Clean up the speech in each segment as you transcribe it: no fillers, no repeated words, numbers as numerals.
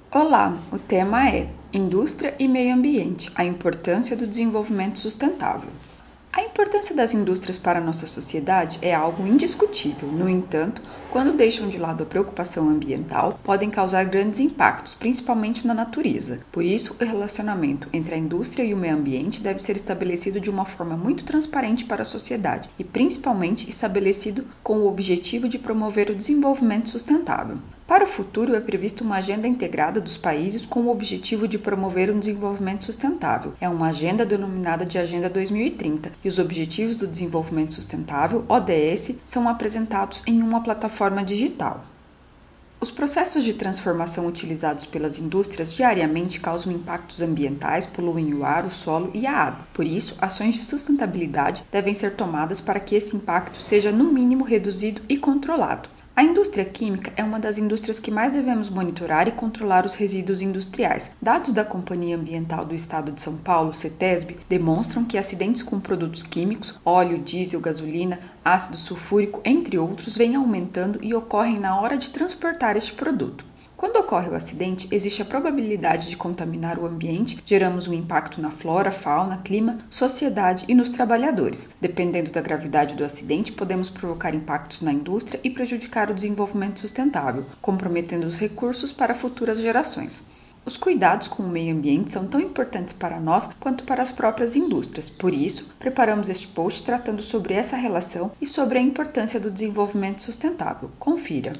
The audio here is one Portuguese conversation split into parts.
Olá, o tema é Indústria e Meio Ambiente, a importância do desenvolvimento sustentável. A importância das indústrias para a nossa sociedade é algo indiscutível. No entanto, quando deixam de lado a preocupação ambiental, podem causar grandes impactos, principalmente na natureza. Por isso, o relacionamento entre a indústria e o meio ambiente deve ser estabelecido de uma forma muito transparente para a sociedade e, principalmente, estabelecido com o objetivo de promover o desenvolvimento sustentável. Para o futuro, é prevista uma agenda integrada dos países com o objetivo de promover um desenvolvimento sustentável. É uma agenda denominada de Agenda 2030 e os Objetivos do Desenvolvimento Sustentável, ODS, são apresentados em uma plataforma digital. Os processos de transformação utilizados pelas indústrias diariamente causam impactos ambientais, poluem o ar, o solo e a água. Por isso, ações de sustentabilidade devem ser tomadas para que esse impacto seja, no mínimo, reduzido e controlado. A indústria química é uma das indústrias que mais devemos monitorar e controlar os resíduos industriais. Dados da Companhia Ambiental do Estado de São Paulo, CETESB, demonstram que acidentes com produtos químicos, óleo, diesel, gasolina, ácido sulfúrico, entre outros, vêm aumentando e ocorrem na hora de transportar este produto. Quando ocorre o acidente, existe a probabilidade de contaminar o ambiente, geramos um impacto na flora, fauna, clima, sociedade e nos trabalhadores. Dependendo da gravidade do acidente, podemos provocar impactos na indústria e prejudicar o desenvolvimento sustentável, comprometendo os recursos para futuras gerações. Os cuidados com o meio ambiente são tão importantes para nós quanto para as próprias indústrias. Por isso, preparamos este post tratando sobre essa relação e sobre a importância do desenvolvimento sustentável. Confira!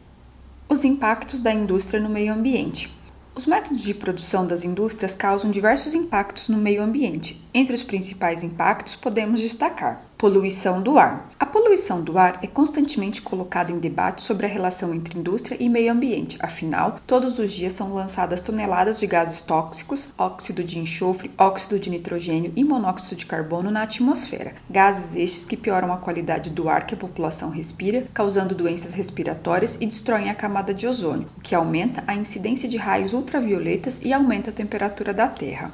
Os impactos da indústria no meio ambiente. Os métodos de produção das indústrias causam diversos impactos no meio ambiente. Entre os principais impactos, podemos destacar: poluição do ar. A poluição do ar é constantemente colocada em debate sobre a relação entre indústria e meio ambiente. Afinal, todos os dias são lançadas toneladas de gases tóxicos, óxido de enxofre, óxido de nitrogênio e monóxido de carbono na atmosfera. Gases estes que pioram a qualidade do ar que a população respira, causando doenças respiratórias e destroem a camada de ozônio, o que aumenta a incidência de raios ultravioletas e aumenta a temperatura da Terra.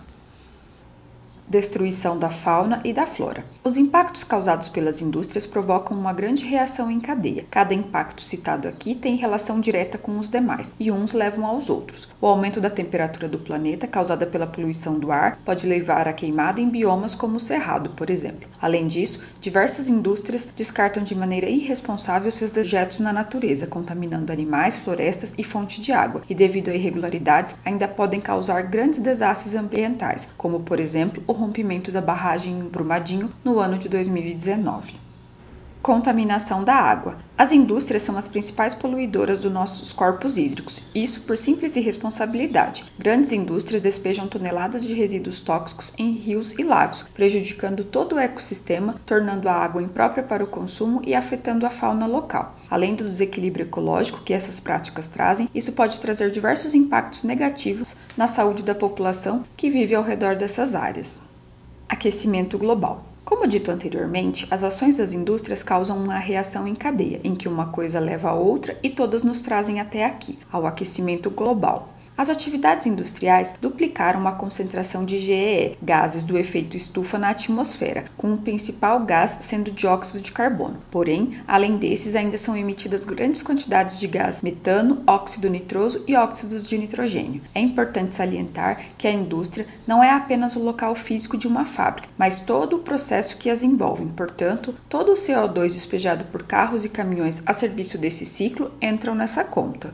Destruição da fauna e da flora. Os impactos causados pelas indústrias provocam uma grande reação em cadeia. Cada impacto citado aqui tem relação direta com os demais, e uns levam aos outros. O aumento da temperatura do planeta, causada pela poluição do ar, pode levar à queimada em biomas como o Cerrado, por exemplo. Além disso, diversas indústrias descartam de maneira irresponsável seus dejetos na natureza, contaminando animais, florestas e fonte de água, e devido a irregularidades, ainda podem causar grandes desastres ambientais, como, por exemplo, o rompimento da barragem em Brumadinho no ano de 2019. Contaminação da água. As indústrias são as principais poluidoras dos nossos corpos hídricos, isso por simples irresponsabilidade. Grandes indústrias despejam toneladas de resíduos tóxicos em rios e lagos, prejudicando todo o ecossistema, tornando a água imprópria para o consumo e afetando a fauna local. Além do desequilíbrio ecológico que essas práticas trazem, isso pode trazer diversos impactos negativos na saúde da população que vive ao redor dessas áreas. Aquecimento global. Como dito anteriormente, as ações das indústrias causam uma reação em cadeia, em que uma coisa leva a outra e todas nos trazem até aqui, ao aquecimento global. As atividades industriais duplicaram a concentração de GEE, gases do efeito estufa, na atmosfera, com o principal gás sendo dióxido de carbono. Porém, além desses, ainda são emitidas grandes quantidades de gás metano, óxido nitroso e óxidos de nitrogênio. É importante salientar que a indústria não é apenas o local físico de uma fábrica, mas todo o processo que as envolve. Portanto, todo o CO2 despejado por carros e caminhões a serviço desse ciclo entram nessa conta.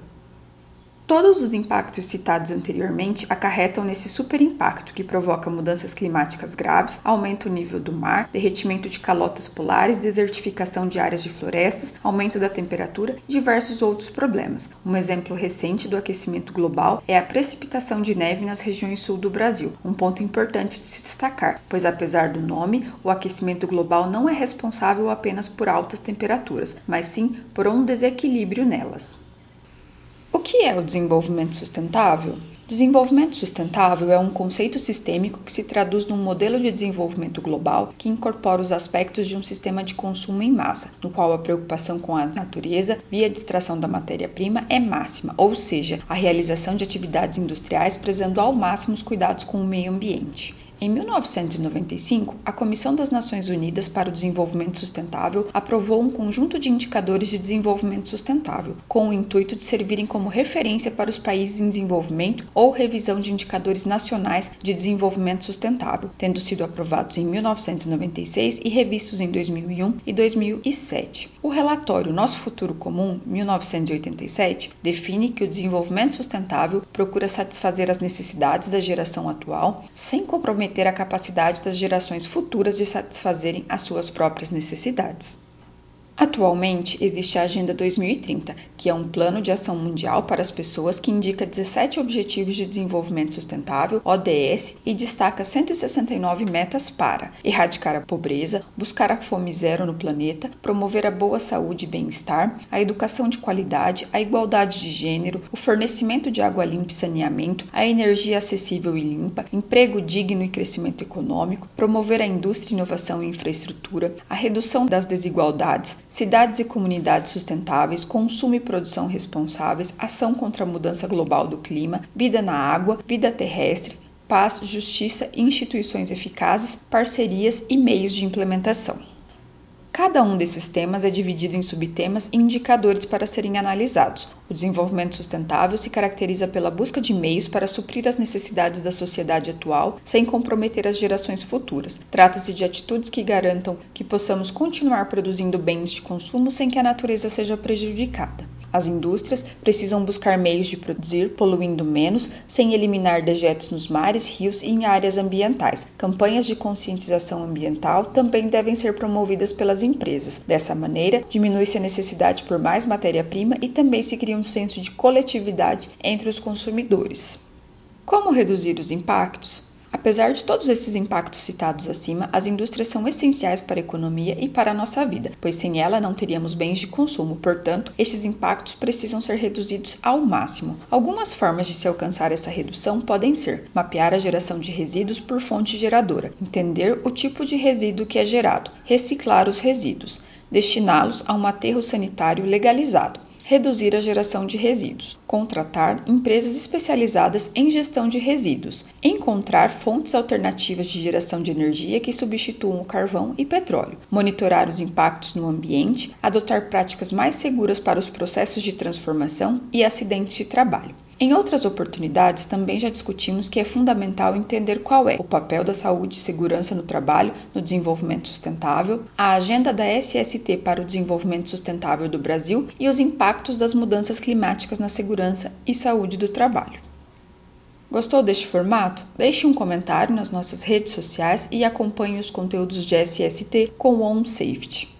Todos os impactos citados anteriormente acarretam nesse superimpacto que provoca mudanças climáticas graves, aumenta o nível do mar, derretimento de calotas polares, desertificação de áreas de florestas, aumento da temperatura e diversos outros problemas. Um exemplo recente do aquecimento global é a precipitação de neve nas regiões sul do Brasil, um ponto importante de se destacar, pois apesar do nome, o aquecimento global não é responsável apenas por altas temperaturas, mas sim por um desequilíbrio nelas. O que é o desenvolvimento sustentável? Desenvolvimento sustentável é um conceito sistêmico que se traduz num modelo de desenvolvimento global que incorpora os aspectos de um sistema de consumo em massa, no qual a preocupação com a natureza via extração da matéria-prima é máxima, ou seja, a realização de atividades industriais prezando ao máximo os cuidados com o meio ambiente. Em 1995, a Comissão das Nações Unidas para o Desenvolvimento Sustentável aprovou um conjunto de indicadores de desenvolvimento sustentável, com o intuito de servirem como referência para os países em desenvolvimento ou revisão de indicadores nacionais de desenvolvimento sustentável, tendo sido aprovados em 1996 e revistos em 2001 e 2007. O relatório Nosso Futuro Comum, 1987, define que o desenvolvimento sustentável procura satisfazer as necessidades da geração atual, sem comprometer a capacidade das gerações futuras de satisfazerem as suas próprias necessidades. Atualmente, existe a Agenda 2030, que é um plano de ação mundial para as pessoas que indica 17 Objetivos de Desenvolvimento Sustentável, ODS, e destaca 169 metas para erradicar a pobreza, buscar a fome zero no planeta, promover a boa saúde e bem-estar, a educação de qualidade, a igualdade de gênero, o fornecimento de água limpa e saneamento, a energia acessível e limpa, emprego digno e crescimento econômico, promover a indústria, inovação e infraestrutura, a redução das desigualdades, cidades e comunidades sustentáveis, consumo e produção responsáveis, ação contra a mudança global do clima, vida na água, vida terrestre, paz, justiça e instituições eficazes, parcerias e meios de implementação. Cada um desses temas é dividido em subtemas e indicadores para serem analisados. O desenvolvimento sustentável se caracteriza pela busca de meios para suprir as necessidades da sociedade atual sem comprometer as gerações futuras. Trata-se de atitudes que garantam que possamos continuar produzindo bens de consumo sem que a natureza seja prejudicada. As indústrias precisam buscar meios de produzir poluindo menos, sem eliminar dejetos nos mares, rios e em áreas ambientais. Campanhas de conscientização ambiental também devem ser promovidas pelas empresas. Dessa maneira, diminui-se a necessidade por mais matéria-prima e também se cria um senso de coletividade entre os consumidores. Como reduzir os impactos? Apesar de todos esses impactos citados acima, as indústrias são essenciais para a economia e para a nossa vida, pois sem ela não teríamos bens de consumo. Portanto, estes impactos precisam ser reduzidos ao máximo. Algumas formas de se alcançar essa redução podem ser: mapear a geração de resíduos por fonte geradora, entender o tipo de resíduo que é gerado, reciclar os resíduos, destiná-los a um aterro sanitário legalizado, reduzir a geração de resíduos, contratar empresas especializadas em gestão de resíduos, encontrar fontes alternativas de geração de energia que substituam o carvão e petróleo, monitorar os impactos no ambiente, adotar práticas mais seguras para os processos de transformação e acidentes de trabalho. Em outras oportunidades, também já discutimos que é fundamental entender qual é o papel da saúde e segurança no trabalho no desenvolvimento sustentável, a agenda da SST para o desenvolvimento sustentável do Brasil e os impactos das mudanças climáticas na segurança e saúde do trabalho. Gostou deste formato? Deixe um comentário nas nossas redes sociais e acompanhe os conteúdos de SST com o OnSafety.